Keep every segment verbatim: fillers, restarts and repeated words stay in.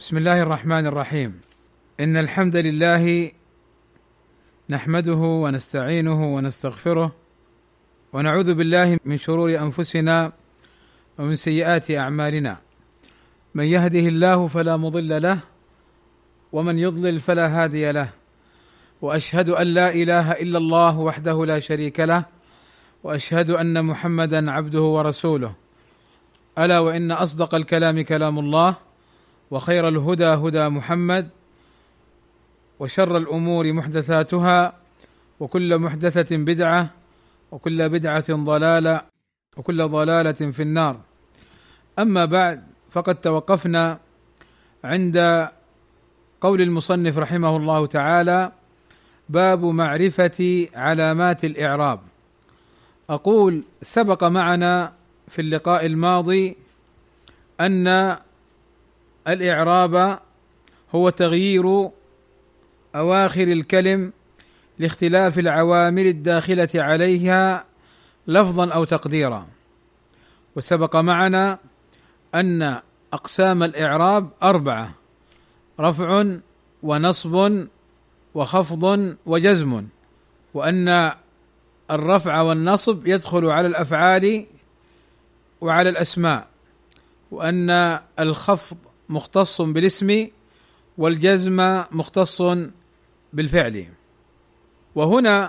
بسم الله الرحمن الرحيم. إن الحمد لله نحمده ونستعينه ونستغفره ونعوذ بالله من شرور أنفسنا ومن سيئات أعمالنا، من يهده الله فلا مضل له ومن يضلل فلا هادي له، وأشهد أن لا إله إلا الله وحده لا شريك له، وأشهد أن محمدا عبده ورسوله. ألا وإن أصدق الكلام كلام الله، وخير الهدى هدى محمد، وشر الأمور محدثاتها، وكل محدثة بدعة، وكل بدعة ضلالة، وكل ضلالة في النار. أما بعد، فقد توقفنا عند قول المصنف رحمه الله تعالى: باب معرفة علامات الإعراب. أقول: سبق معنا في اللقاء الماضي أن الإعراب هو تغيير أواخر الكلم لاختلاف العوامل الداخلة عليها لفظا أو تقديرا، وسبق معنا أن أقسام الإعراب أربعة: رفع ونصب وخفض وجزم، وأن الرفع والنصب يدخل على الأفعال وعلى الأسماء، وأن الخفض مختص بالاسم والجزم مختص بالفعل. وهنا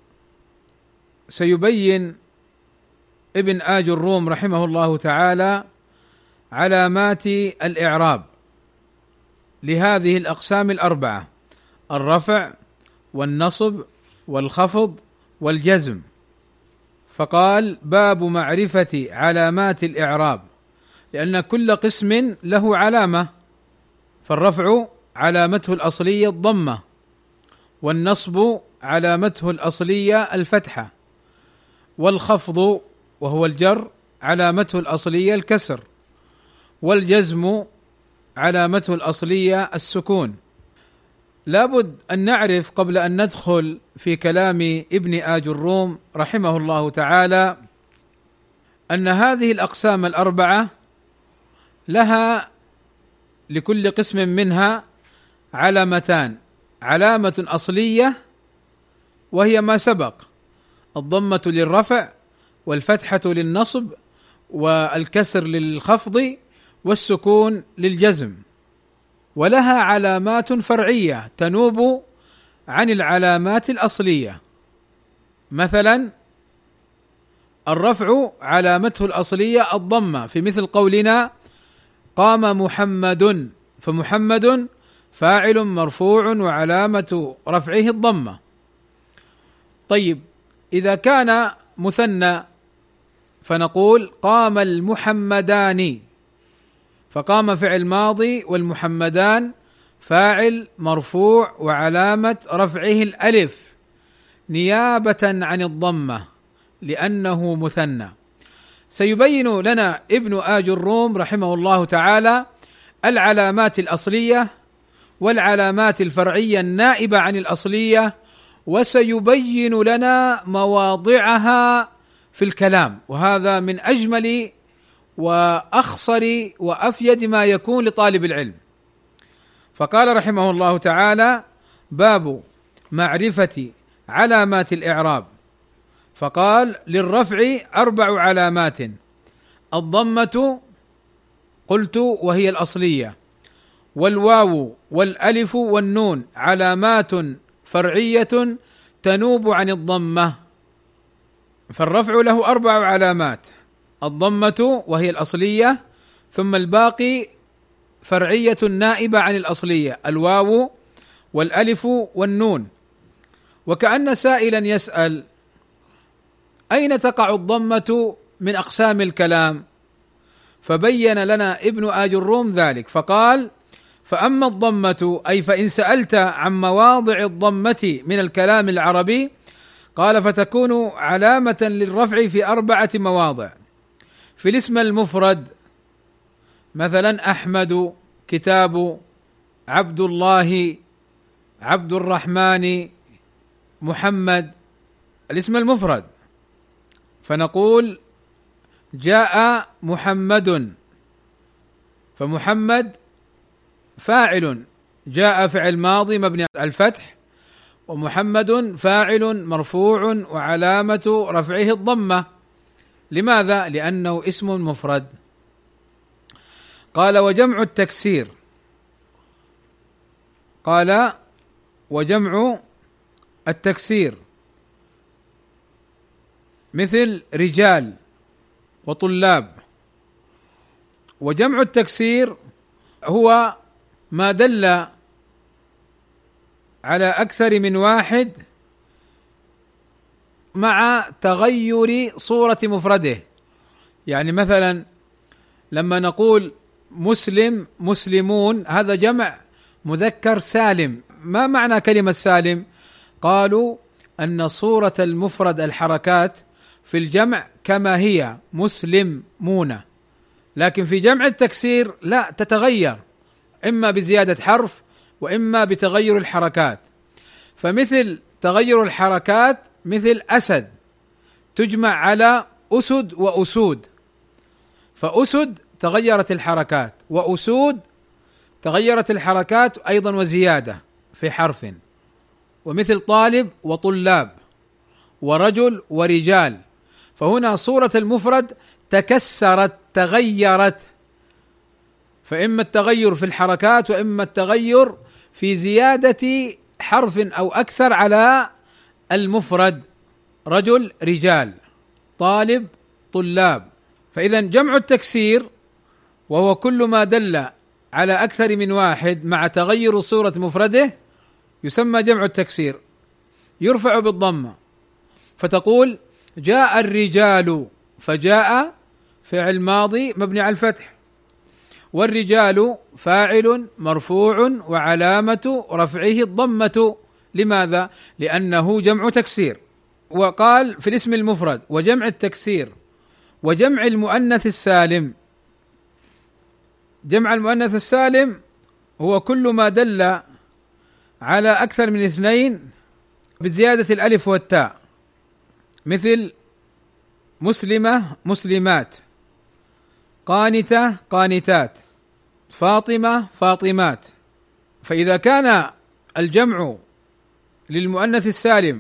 سيبين ابن آج الروم رحمه الله تعالى علامات الإعراب لهذه الأقسام الأربعة: الرفع والنصب والخفض والجزم. فقال: باب معرفة علامات الإعراب، لأن كل قسم له علامة، فالرفع علامته الأصلية الضمة، والنصب علامته الأصلية الفتحة، والخفض وهو الجر علامته الأصلية الكسر، والجزم علامته الأصلية السكون. لابد أن نعرف قبل أن ندخل في كلام ابن آج الروم رحمه الله تعالى أن هذه الأقسام الأربعة لها لكل قسم منها علامتان: علامة أصلية وهي ما سبق، الضمة للرفع والفتحة للنصب والكسر للخفض والسكون للجزم، ولها علامات فرعية تنوب عن العلامات الأصلية. مثلا الرفع علامته الأصلية الضمة، في مثل قولنا: قام محمد، فمحمد فاعل مرفوع وعلامة رفعه الضمة. طيب، إذا كان مثنى فنقول: قام المحمدان، فقام فعل ماضي والمحمدان فاعل مرفوع وعلامة رفعه الألف نيابة عن الضمة لأنه مثنى. سيبين لنا ابن آج الروم رحمه الله تعالى العلامات الأصلية والعلامات الفرعية النائبة عن الأصلية، وسيبين لنا مواضعها في الكلام، وهذا من أجمل وأخصر وأفيد ما يكون لطالب العلم. فقال رحمه الله تعالى: باب معرفة علامات الإعراب. فقال: للرفع أربع علامات: الضمة قلت وهي الأصلية، والواو والألف والنون علامات فرعية تنوب عن الضمة. فالرفع له أربع علامات: الضمة وهي الأصلية، ثم الباقي فرعية نائبة عن الأصلية: الواو والألف والنون. وكأن سائلا يسأل: أين تقع الضمة من أقسام الكلام؟ فبين لنا ابن آج الروم ذلك، فقال: فأما الضمة، أي فإن سألت عن مواضع الضمة من الكلام العربي، قال: فتكون علامة للرفع في أربعة مواضع: في الاسم المفرد، مثلا أحمد، كتاب، عبد الله، عبد الرحمن، محمد، الاسم المفرد، فنقول: جاء محمد، فمحمد فاعل جاء فعل ماضي مبني على الفتح، ومحمد فاعل مرفوع وعلامة رفعه الضمة. لماذا؟ لأنه اسم مفرد. قال وجمع التكسير، قال وجمع التكسير مثل رجال وطلاب. وجمع التكسير هو ما دل على أكثر من واحد مع تغير صورة مفرده. يعني مثلا لما نقول مسلم مسلمون، هذا جمع مذكر سالم. ما معنى كلمة سالم؟ قالوا أن صورة المفرد الحركات في الجمع كما هي مسلمون، لكن في جمع التكسير لا، تتغير، إما بزيادة حرف وإما بتغير الحركات. فمثل تغير الحركات مثل أسد تجمع على أسد وأسود، فأسد تغيرت الحركات وأسود تغيرت الحركات أيضا وزيادة في حرف. ومثل طالب وطلاب ورجل ورجال، فهنا صورة المفرد تكسرت تغيرت، فإما التغير في الحركات وإما التغير في زيادة حرف أو أكثر على المفرد، رجل رجال طالب طلاب. فإذا جمع التكسير وهو كل ما دل على أكثر من واحد مع تغير صورة مفرده يسمى جمع التكسير، يرفع بالضمة. فتقول جاء الرجال، فجاء فعل ماضي مبني على الفتح، والرجال فاعل مرفوع وعلامة رفعه الضمة. لماذا؟ لأنه جمع تكسير. وقال في الاسم المفرد وجمع التكسير وجمع المؤنث السالم. جمع المؤنث السالم هو كل ما دل على أكثر من اثنين بزيادة الألف والتاء، مثل مسلمة مسلمات، قانتة قانتات، فاطمة فاطمات. فإذا كان الجمع للمؤنث السالم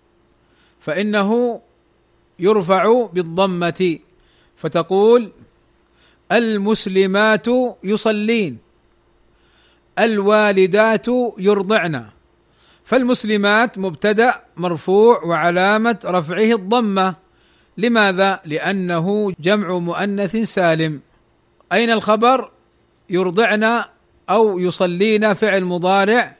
فإنه يرفع بالضمة، فتقول المسلمات يصلين، الوالدات يرضعن. فالمسلمات مبتدأ مرفوع وعلامة رفعه الضمة. لماذا؟ لأنه جمع مؤنث سالم. أين الخبر؟ يرضعن أو يصلين فعل مضارع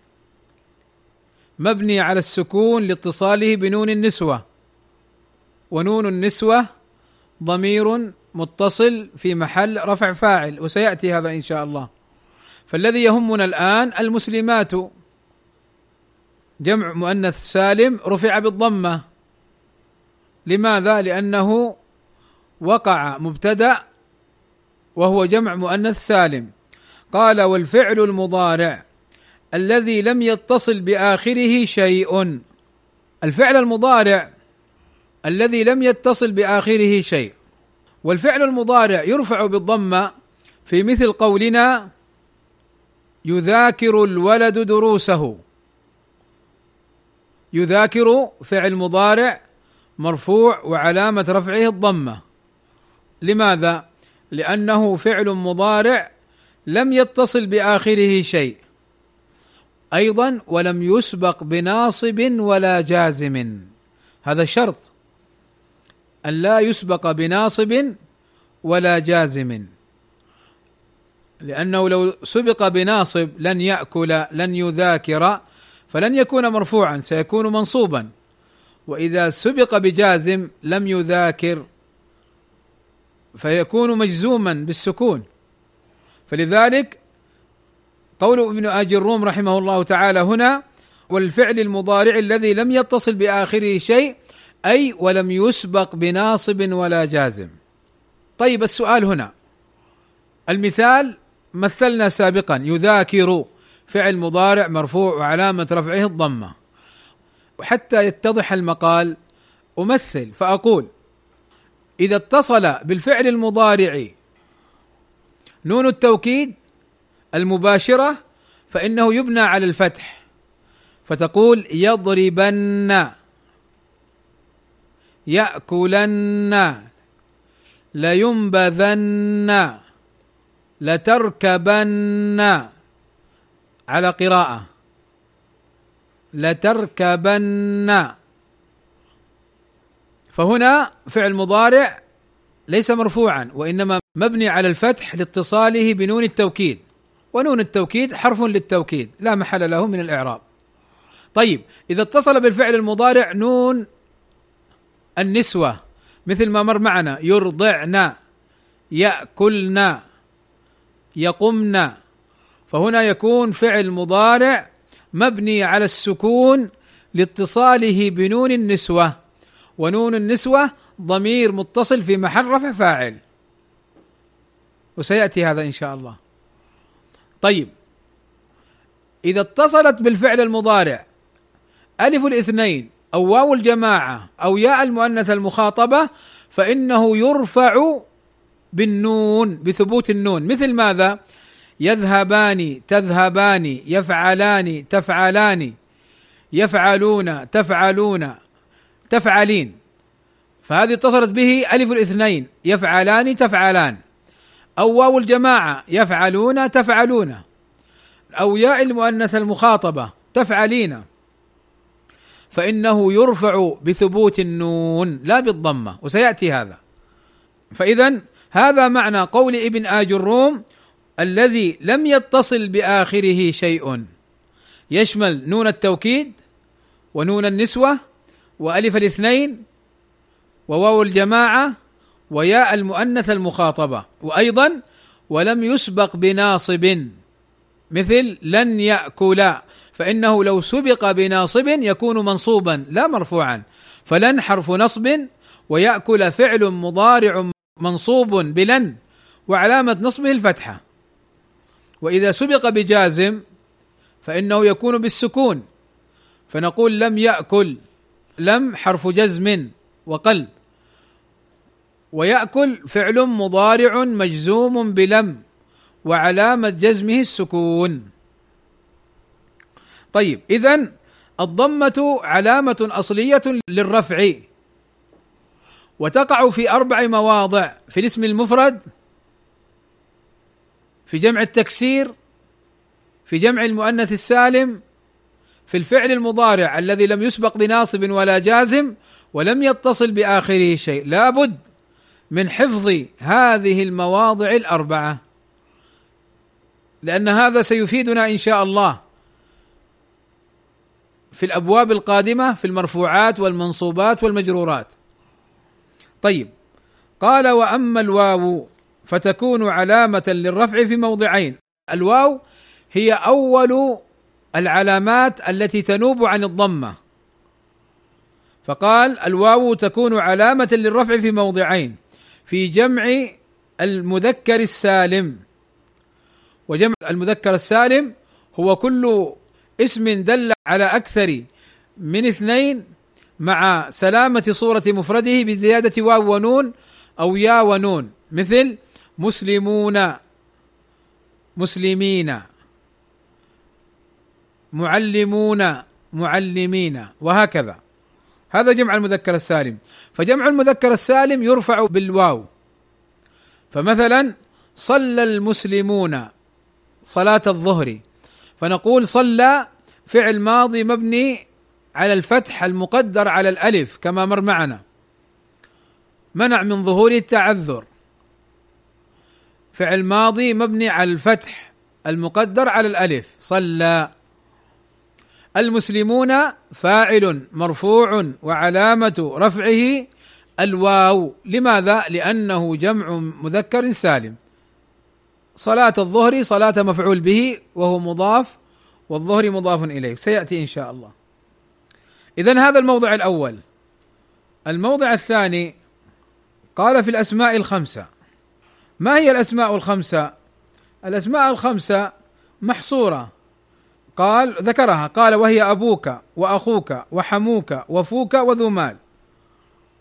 مبني على السكون لاتصاله بنون النسوة، ونون النسوة ضمير متصل في محل رفع فاعل، وسيأتي هذا إن شاء الله. فالذي يهمنا الآن المسلمات، جمع مؤنث سالم رفع بالضمة. لماذا؟ لأنه وقع مبتدأ وهو جمع مؤنث سالم. قال والفعل المضارع الذي لم يتصل بآخره شيء. الفعل المضارع الذي لم يتصل بآخره شيء، والفعل المضارع يرفع بالضمة في مثل قولنا يذاكر الولد دروسه. يذاكر فعل مضارع مرفوع وعلامة رفعه الضمة. لماذا؟ لأنه فعل مضارع لم يتصل بآخره شيء، أيضا ولم يسبق بناصب ولا جازم. هذا شرط، أن لا يسبق بناصب ولا جازم، لأنه لو سبق بناصب لن يأكل لن يذاكر فلن يكون مرفوعا، سيكون منصوبا. وإذا سبق بجازم لم يذاكر فيكون مجزوما بالسكون. فلذلك قول ابن آج الروم رحمه الله تعالى هنا والفعل المضارع الذي لم يتصل بآخره شيء، أي ولم يسبق بناصب ولا جازم. طيب السؤال هنا، المثال مثلنا سابقا يذاكر فعل مضارع مرفوع وعلامة رفعه الضمة. وحتى يتضح المقال أمثل فأقول إذا اتصل بالفعل المضارع نون التوكيد المباشرة فإنه يبنى على الفتح، فتقول يضربن، يأكلن، لينبذن، لتركبن، على قراءة لتركبن. فهنا فعل مضارع ليس مرفوعا وإنما مبني على الفتح لاتصاله بنون التوكيد، ونون التوكيد حرف للتوكيد لا محل له من الإعراب. طيب إذا اتصل بالفعل المضارع نون النسوة مثل ما مر معنا يرضعن، يأكلن، يقمن، فهنا يكون فعل مضارع مبني على السكون لاتصاله بنون النسوة، ونون النسوة ضمير متصل في محل رفع فاعل، وسيأتي هذا إن شاء الله. طيب إذا اتصلت بالفعل المضارع ألف الاثنين أو واو الجماعة أو ياء المؤنث المخاطبة فإنه يرفع بالنون، بثبوت النون، مثل ماذا؟ يذهبان، تذهبان، يفعلان، تفعلان، يفعلون، تفعلون، تفعلين، فهذه اتصلت به ألف الاثنين يفعلان تفعلان، أو واو الجماعة يفعلون تفعلون، أو ياء المؤنث المخاطبة تفعلين، فإنه يرفع بثبوت النون لا بالضمة، وسيأتي هذا. فإذا هذا معنى قول ابن آج الروم الذي لم يتصل بآخره شيء، يشمل نون التوكيد ونون النسوة وألف الاثنين وواو الجماعة وياء المؤنث المخاطبة، وأيضا ولم يسبق بناصب مثل لن يأكل، فإنه لو سبق بناصب يكون منصوبا لا مرفوعا، فلن حرف نصب ويأكل فعل مضارع منصوب بلن وعلامة نصبه الفتحة. وإذا سبق بجازم فإنه يكون بالسكون، فنقول لم يأكل، لم حرف جزم وقلب، ويأكل فعل مضارع مجزوم بلم وعلامة جزمه السكون. طيب إذن الضمة علامة أصلية للرفع، وتقع في أربع مواضع: في الاسم المفرد، في جمع التكسير، في جمع المؤنث السالم، في الفعل المضارع الذي لم يسبق بناصب ولا جازم ولم يتصل بآخره شيء. لابد من حفظ هذه المواضع الأربعة، لأن هذا سيفيدنا إن شاء الله في الأبواب القادمة في المرفوعات والمنصوبات والمجرورات. طيب قال: وأما الواو فتكون علامة للرفع في موضعين. الواو هي أول العلامات التي تنوب عن الضمة، فقال: الواو تكون علامة للرفع في موضعين: في جمع المذكر السالم، وجمع المذكر السالم هو كل اسم دل على أكثر من اثنين مع سلامة صورة مفرده بزيادة واو ونون أو يا ونون، مثل مسلمون، مسلمين، معلمون، معلمين، وهكذا. هذا جمع المذكر السالم. فجمع المذكر السالم يرفع بالواو، فمثلا صلى المسلمون صلاة الظهر، فنقول صلى فعل ماضي مبني على الفتح المقدر على الألف كما مر معنا، منع من ظهور التعذر، فعل ماضي مبني على الفتح المقدر على الألف صلى. المسلمون فاعل مرفوع وعلامة رفعه الواو، لماذا؟ لأنه جمع مذكر سالم. صلاة الظهر صلاة مفعول به وهو مضاف، والظهر مضاف إليه، سيأتي إن شاء الله. إذن هذا الموضع الأول. الموضع الثاني قال: في الأسماء الخمسة. ما هي الأسماء الخمسة؟ الأسماء الخمسة محصورة، قال ذكرها، قال: وهي أبوك وأخوك وحموك وفوك وذو مال.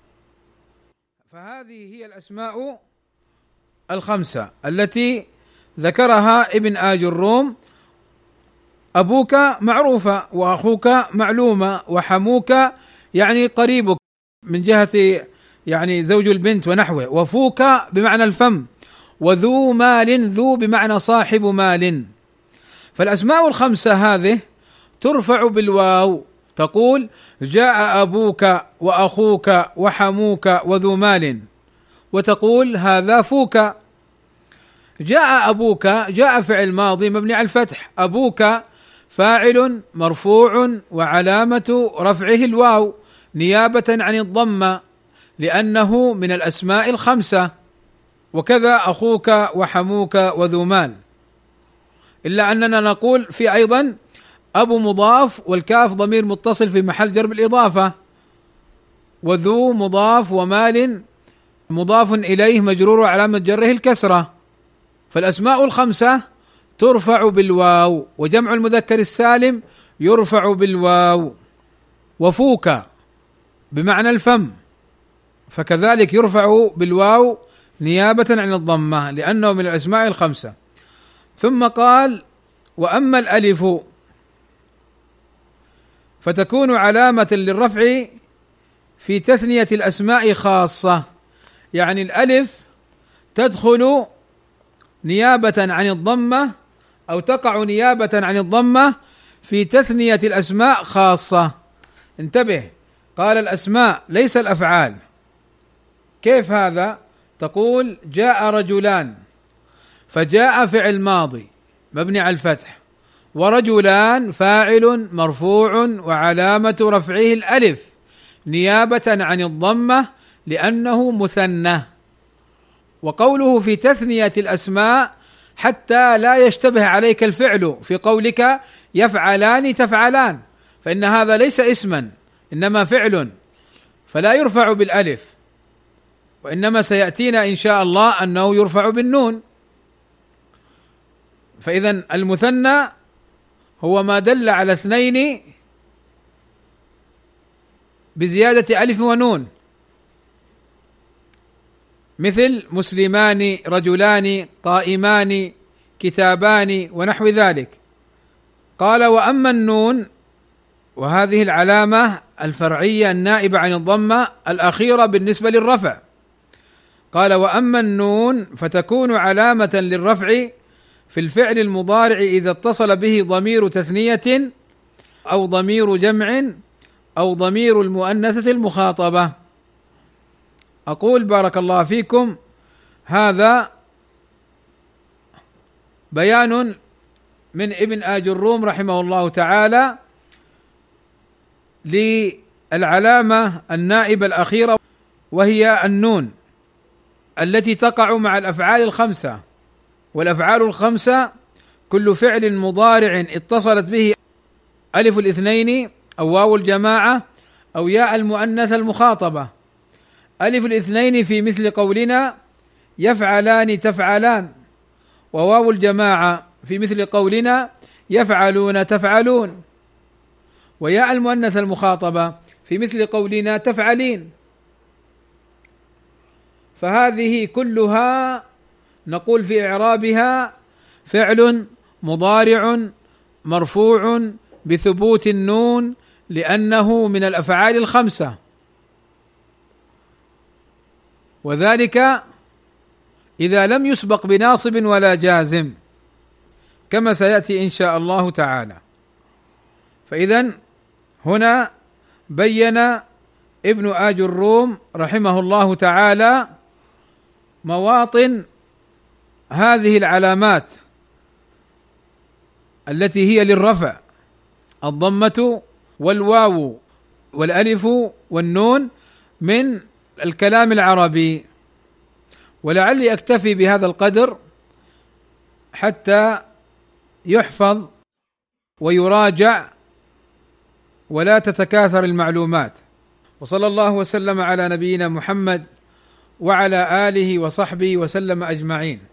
فهذه هي الأسماء الخمسة التي ذكرها ابن آج الروم: أبوك معروفة، وأخوك معلومة، وحموك يعني قريبك من جهة يعني زوج البنت ونحوه، وفوك بمعنى الفم، وذو مال، ذو بمعنى صاحب مال. فالأسماء الخمسة هذه ترفع بالواو، تقول: جاء أبوك وأخوك وحموك وذو مال، وتقول: هذا فوك. جاء أبوك، جاء فعل ماضي مبني على الفتح، أبوك فاعل مرفوع وعلامة رفعه الواو نيابة عن الضمة لأنه من الأسماء الخمسة، وكذا أخوك وحموك وذو مال، إلا أننا نقول في أيضا أبو مضاف والكاف ضمير متصل في محل جر بالإضافة، وذو مضاف ومال مضاف إليه مجرور وعلامة جره الكسرة. فالأسماء الخمسة ترفع بالواو، وجمع المذكر السالم يرفع بالواو. وفوك بمعنى الفم فكذلك يرفع بالواو نيابة عن الضمة لأنه من الأسماء الخمسة. ثم قال: وأما الألف فتكون علامة للرفع في تثنية الأسماء خاصة، يعني الألف تدخل نيابة عن الضمة أو تقع نيابة عن الضمة في تثنية الأسماء خاصة. انتبه، قال الأسماء ليس الأفعال. كيف هذا؟ تقول: جاء رجلان، فجاء فعل ماضي مبني على الفتح، ورجلان فاعل مرفوع وعلامة رفعه الألف نيابة عن الضمة لأنه مثنى. وقوله في تثنية الأسماء حتى لا يشتبه عليك الفعل في قولك يفعلان تفعلان، فإن هذا ليس اسما إنما فعل، فلا يرفع بالألف، وإنما سيأتينا إن شاء الله أنه يرفع بالنون. فإذا المثنى هو ما دل على اثنين بزيادة ألف ونون، مثل مسلمان، رجلان، قائمان، كتابان ونحو ذلك. قال: وأما النون، وهذه العلامة الفرعية النائبة عن الضمة الأخيرة بالنسبة للرفع. قال: وأما النون فتكون علامة للرفع في الفعل المضارع إذا اتصل به ضمير تثنية أو ضمير جمع أو ضمير المؤنثة المخاطبة. أقول بارك الله فيكم، هذا بيان من ابن آج الروم رحمه الله تعالى للعلامة النائبة الأخيرة، وهي النون التي تقع مع الأفعال الخمسة. والأفعال الخمسة كل فعل مضارع اتصلت به ألف الاثنين أو واو الجماعة أو ياء المؤنث المخاطبة. ألف الاثنين في مثل قولنا يفعلان تفعلان، وواو الجماعة في مثل قولنا يفعلون تفعلون، وياء المؤنث المخاطبة في مثل قولنا تفعلين. فهذه كلها نقول في إعرابها فعل مضارع مرفوع بثبوت النون لأنه من الأفعال الخمسة، وذلك إذا لم يسبق بناصب ولا جازم كما سيأتي إن شاء الله تعالى. فإذن هنا بين ابن آج الروم رحمه الله تعالى مواطن هذه العلامات التي هي للرفع: الضمة والواو والألف والنون من الكلام العربي. ولعلي أكتفي بهذا القدر حتى يحفظ ويراجع ولا تتكاثر المعلومات. وصلى الله وسلم على نبينا محمد وعلى آله وصحبه وسلم أجمعين.